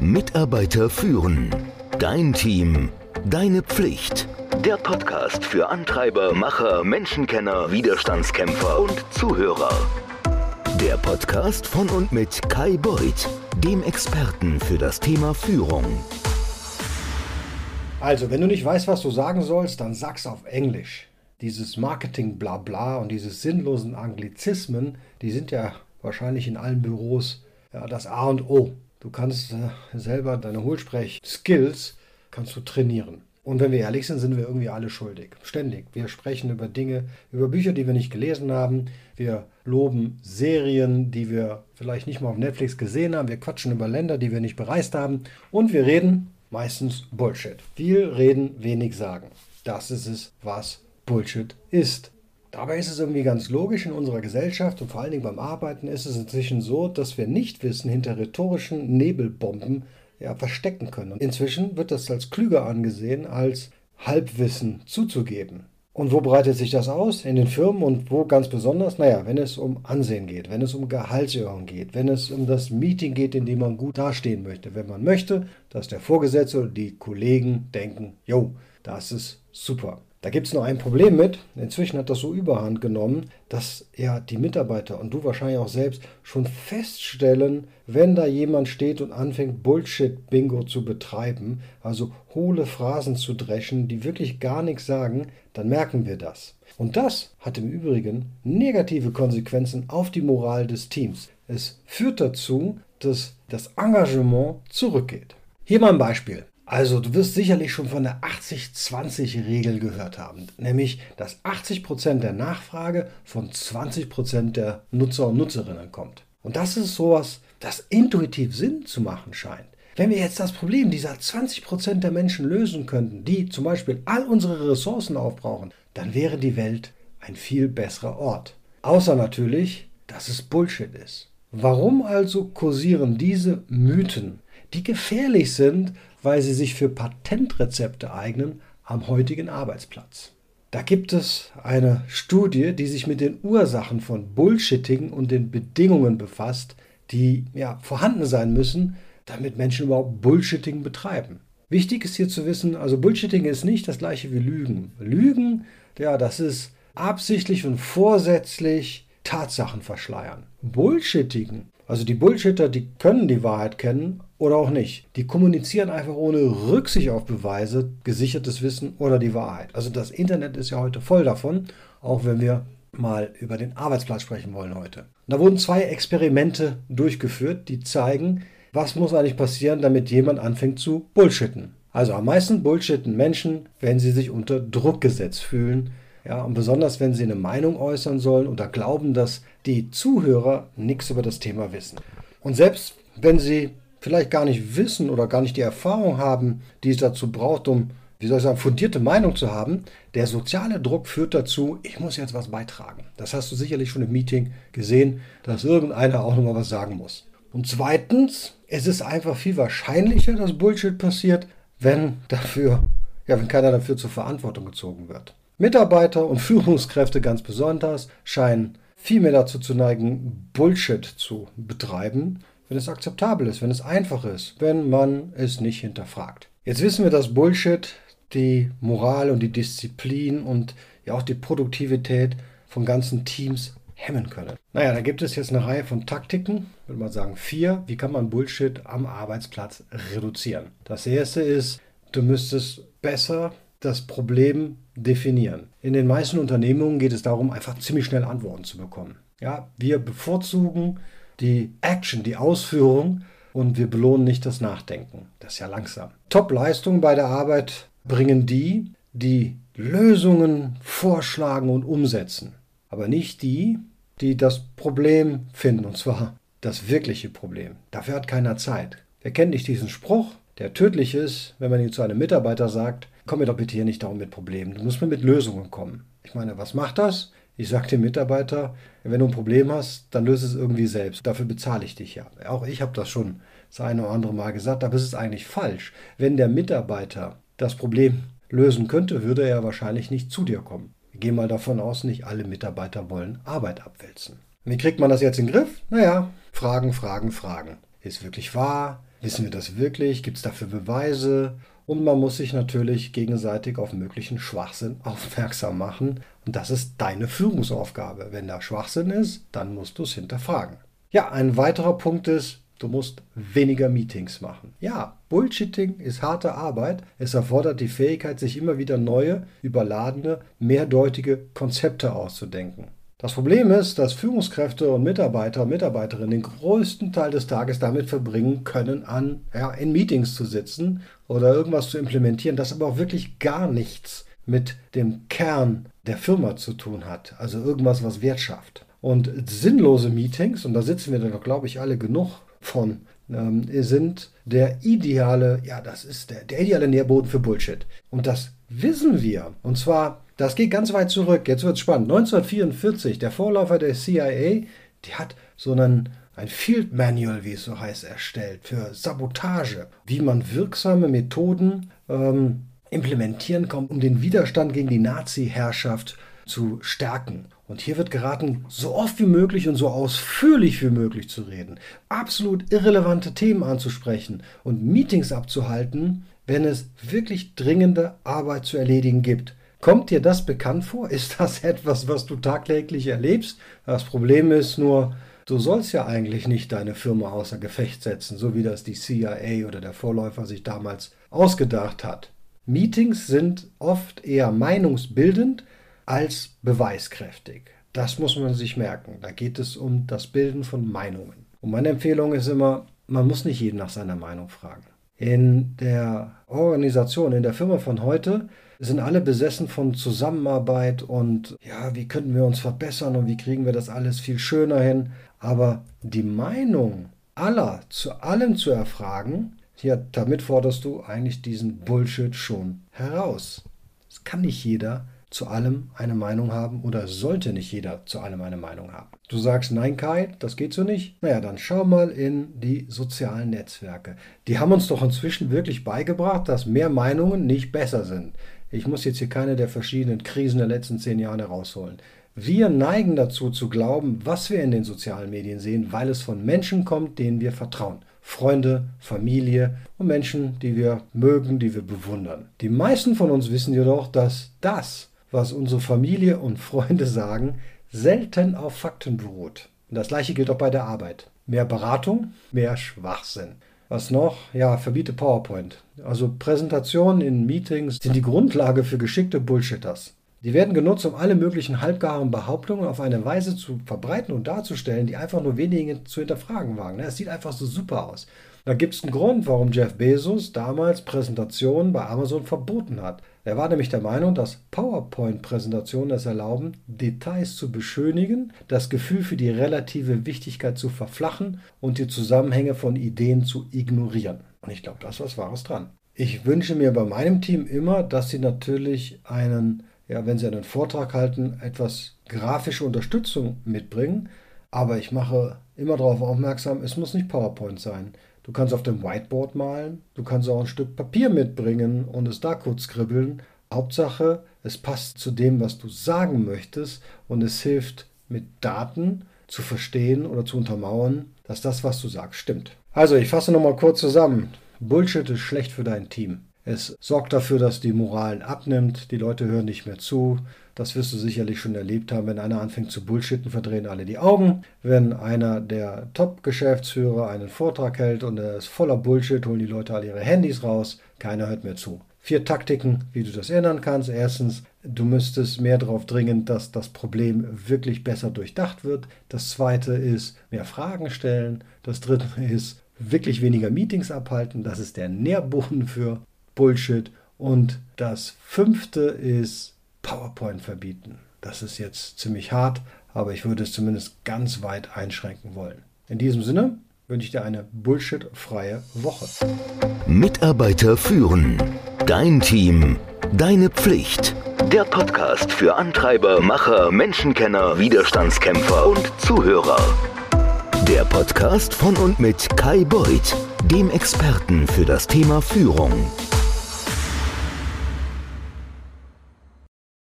Mitarbeiter führen. Dein Team, deine Pflicht. Der Podcast für Antreiber, Macher, Menschenkenner, Widerstandskämpfer und Zuhörer. Der Podcast von und mit Kai Beuth, dem Experten für das Thema Führung. Also, wenn du nicht weißt, was du sagen sollst, dann sag's auf Englisch. Dieses Marketing-Blabla und diese sinnlosen Anglizismen, die sind ja wahrscheinlich in allen Büros das A und O. Du kannst selber deine Hohlsprech-Skills kannst du trainieren. Und wenn wir ehrlich sind, sind wir irgendwie alle schuldig. Ständig. Wir sprechen über Dinge, über Bücher, die wir nicht gelesen haben. Wir loben Serien, die wir vielleicht nicht mal auf Netflix gesehen haben. Wir quatschen über Länder, die wir nicht bereist haben. Und wir reden meistens Bullshit. Viel reden, wenig sagen. Das ist es, was Bullshit ist. Dabei ist es irgendwie ganz logisch in unserer Gesellschaft und vor allen Dingen beim Arbeiten ist es inzwischen so, dass wir Nichtwissen hinter rhetorischen Nebelbomben verstecken können. Und inzwischen wird das als klüger angesehen, als Halbwissen zuzugeben. Und wo breitet sich das aus? In den Firmen und wo ganz besonders? Wenn es um Ansehen geht, wenn es um Gehaltserhöhung geht, wenn es um das Meeting geht, in dem man gut dastehen möchte. Wenn man möchte, dass der Vorgesetzte oder die Kollegen denken, jo, das ist super. Da gibt es nur ein Problem mit. Inzwischen hat das so überhand genommen, dass die Mitarbeiter und du wahrscheinlich auch selbst schon feststellen, wenn da jemand steht und anfängt Bullshit-Bingo zu betreiben, also hohle Phrasen zu dreschen, die wirklich gar nichts sagen, dann merken wir das. Und das hat im Übrigen negative Konsequenzen auf die Moral des Teams. Es führt dazu, dass das Engagement zurückgeht. Hier mal ein Beispiel. Also du wirst sicherlich schon von der 80-20-Regel gehört haben, nämlich dass 80% der Nachfrage von 20% der Nutzer und Nutzerinnen kommt. Und das ist sowas, das intuitiv Sinn zu machen scheint. Wenn wir jetzt das Problem dieser 20% der Menschen lösen könnten, die zum Beispiel all unsere Ressourcen aufbrauchen, dann wäre die Welt ein viel besserer Ort. Außer natürlich, dass es Bullshit ist. Warum also kursieren diese Mythen, die gefährlich sind, weil sie sich für Patentrezepte eignen am heutigen Arbeitsplatz? Da gibt es eine Studie, die sich mit den Ursachen von Bullshitting und den Bedingungen befasst, die vorhanden sein müssen, damit Menschen überhaupt Bullshitting betreiben. Wichtig ist hier zu wissen, also Bullshitting ist nicht das gleiche wie Lügen. Lügen, das ist absichtlich und vorsätzlich Tatsachen verschleiern. Bullshitting, also die Bullshitter, die können die Wahrheit kennen oder auch nicht. Die kommunizieren einfach ohne Rücksicht auf Beweise, gesichertes Wissen oder die Wahrheit. Also das Internet ist ja heute voll davon, auch wenn wir mal über den Arbeitsplatz sprechen wollen heute. Da wurden 2 Experimente durchgeführt, die zeigen, was muss eigentlich passieren, damit jemand anfängt zu bullshitten. Also am meisten bullshitten Menschen, wenn sie sich unter Druck gesetzt fühlen. Und besonders, wenn sie eine Meinung äußern sollen oder glauben, dass die Zuhörer nichts über das Thema wissen. Und selbst wenn sie vielleicht gar nicht wissen oder gar nicht die Erfahrung haben, die es dazu braucht, um, fundierte Meinung zu haben, der soziale Druck führt dazu, ich muss jetzt was beitragen. Das hast du sicherlich schon im Meeting gesehen, dass irgendeiner auch nochmal was sagen muss. Und zweitens, es ist einfach viel wahrscheinlicher, dass Bullshit passiert, wenn keiner dafür zur Verantwortung gezogen wird. Mitarbeiter und Führungskräfte ganz besonders scheinen viel mehr dazu zu neigen, Bullshit zu betreiben, wenn es akzeptabel ist, wenn es einfach ist, wenn man es nicht hinterfragt. Jetzt wissen wir, dass Bullshit die Moral und die Disziplin und auch die Produktivität von ganzen Teams hemmen können. Da gibt es jetzt eine Reihe von Taktiken, würde man sagen 4. Wie kann man Bullshit am Arbeitsplatz reduzieren? Das erste ist, du müsstest besser das Problem definieren. In den meisten Unternehmungen geht es darum, einfach ziemlich schnell Antworten zu bekommen. Wir bevorzugen die Action, die Ausführung und wir belohnen nicht das Nachdenken. Das ist ja langsam. Top-Leistung bei der Arbeit bringen die Lösungen vorschlagen und umsetzen. Aber nicht die das Problem finden, und zwar das wirkliche Problem. Dafür hat keiner Zeit. Wer kennt nicht diesen Spruch, der tödlich ist, wenn man ihn zu einem Mitarbeiter sagt, komm mir doch bitte hier nicht darum mit Problemen, du musst mir mit Lösungen kommen. Ich meine, was macht das? Ich sage dem Mitarbeiter, wenn du ein Problem hast, dann löse es irgendwie selbst. Dafür bezahle ich dich ja. Auch ich habe das schon das eine oder andere Mal gesagt, aber es ist eigentlich falsch. Wenn der Mitarbeiter das Problem lösen könnte, würde er wahrscheinlich nicht zu dir kommen. Wir gehen mal davon aus, nicht alle Mitarbeiter wollen Arbeit abwälzen. Wie kriegt man das jetzt in den Griff? Fragen. Ist wirklich wahr? Wissen wir das wirklich? Gibt es dafür Beweise? Und man muss sich natürlich gegenseitig auf möglichen Schwachsinn aufmerksam machen. Und das ist deine Führungsaufgabe. Wenn da Schwachsinn ist, dann musst du es hinterfragen. Ja, ein weiterer Punkt ist, du musst weniger Meetings machen. Ja, Bullshitting ist harte Arbeit. Es erfordert die Fähigkeit, sich immer wieder neue, überladene, mehrdeutige Konzepte auszudenken. Das Problem ist, dass Führungskräfte und Mitarbeiter und Mitarbeiterinnen den größten Teil des Tages damit verbringen können, in Meetings zu sitzen oder irgendwas zu implementieren, das aber auch wirklich gar nichts mit dem Kern der Firma zu tun hat. Also irgendwas, was Wert schafft. Und sinnlose Meetings, und da sitzen wir dann doch, glaube ich, alle genug von, sind der ideale Nährboden für Bullshit. Und das wissen wir. Und zwar, das geht ganz weit zurück. Jetzt wird es spannend. 1944, der Vorläufer der CIA, die hat so ein Field Manual, wie es so heißt, erstellt für Sabotage, wie man wirksame Methoden implementieren kann, um den Widerstand gegen die Nazi-Herrschaft zu stärken. Und hier wird geraten, so oft wie möglich und so ausführlich wie möglich zu reden, absolut irrelevante Themen anzusprechen und Meetings abzuhalten, wenn es wirklich dringende Arbeit zu erledigen gibt. Kommt dir das bekannt vor? Ist das etwas, was du tagtäglich erlebst? Das Problem ist nur, du sollst ja eigentlich nicht deine Firma außer Gefecht setzen, so wie das die CIA oder der Vorläufer sich damals ausgedacht hat. Meetings sind oft eher meinungsbildend als beweiskräftig. Das muss man sich merken. Da geht es um das Bilden von Meinungen. Und meine Empfehlung ist immer, man muss nicht jeden nach seiner Meinung fragen. In der Organisation, in der Firma von heute sind alle besessen von Zusammenarbeit und wie könnten wir uns verbessern und wie kriegen wir das alles viel schöner hin. Aber die Meinung aller zu allem zu erfragen, damit forderst du eigentlich diesen Bullshit schon heraus. Es kann nicht jeder zu allem eine Meinung haben oder sollte nicht jeder zu allem eine Meinung haben. Du sagst, nein Kai, das geht so nicht. Naja, dann schau mal in die sozialen Netzwerke. Die haben uns doch inzwischen wirklich beigebracht, dass mehr Meinungen nicht besser sind. Ich muss jetzt hier keine der verschiedenen Krisen der letzten 10 Jahre herausholen. Wir neigen dazu zu glauben, was wir in den sozialen Medien sehen, weil es von Menschen kommt, denen wir vertrauen. Freunde, Familie und Menschen, die wir mögen, die wir bewundern. Die meisten von uns wissen jedoch, dass das, was unsere Familie und Freunde sagen, selten auf Fakten beruht. Und das Gleiche gilt auch bei der Arbeit. Mehr Beratung, mehr Schwachsinn. Was noch? Ja, verbiete PowerPoint. Also Präsentationen in Meetings sind die Grundlage für geschickte Bullshitters. Die werden genutzt, um alle möglichen halbgaren Behauptungen auf eine Weise zu verbreiten und darzustellen, die einfach nur wenige zu hinterfragen wagen. Es sieht einfach so super aus. Da gibt es einen Grund, warum Jeff Bezos damals Präsentationen bei Amazon verboten hat. Er war nämlich der Meinung, dass PowerPoint-Präsentationen es erlauben, Details zu beschönigen, das Gefühl für die relative Wichtigkeit zu verflachen und die Zusammenhänge von Ideen zu ignorieren. Und ich glaube, da ist was Wahres dran. Ich wünsche mir bei meinem Team immer, dass sie natürlich wenn sie einen Vortrag halten, etwas grafische Unterstützung mitbringen. Aber ich mache immer darauf aufmerksam, es muss nicht PowerPoint sein. Du kannst auf dem Whiteboard malen, du kannst auch ein Stück Papier mitbringen und es da kurz skribbeln. Hauptsache, es passt zu dem, was du sagen möchtest und es hilft mit Daten zu verstehen oder zu untermauern, dass das, was du sagst, stimmt. Also, ich fasse nochmal kurz zusammen. Bullshit ist schlecht für dein Team. Es sorgt dafür, dass die Moral abnimmt, die Leute hören nicht mehr zu. Das wirst du sicherlich schon erlebt haben. Wenn einer anfängt zu bullshitten, verdrehen alle die Augen. Wenn einer der Top-Geschäftsführer einen Vortrag hält und er ist voller Bullshit, holen die Leute alle ihre Handys raus. Keiner hört mehr zu. 4 Taktiken, wie du das ändern kannst. Erstens, du müsstest mehr darauf dringen, dass das Problem wirklich besser durchdacht wird. Das zweite ist, mehr Fragen stellen. Das dritte ist, wirklich weniger Meetings abhalten. Das ist der Nährboden für Bullshit. Und das 5. ist PowerPoint verbieten. Das ist jetzt ziemlich hart, aber ich würde es zumindest ganz weit einschränken wollen. In diesem Sinne wünsche ich dir eine bullshit-freie Woche. Mitarbeiter führen. Dein Team. Deine Pflicht. Der Podcast für Antreiber, Macher, Menschenkenner, Widerstandskämpfer und Zuhörer. Der Podcast von und mit Kai Beuth, dem Experten für das Thema Führung.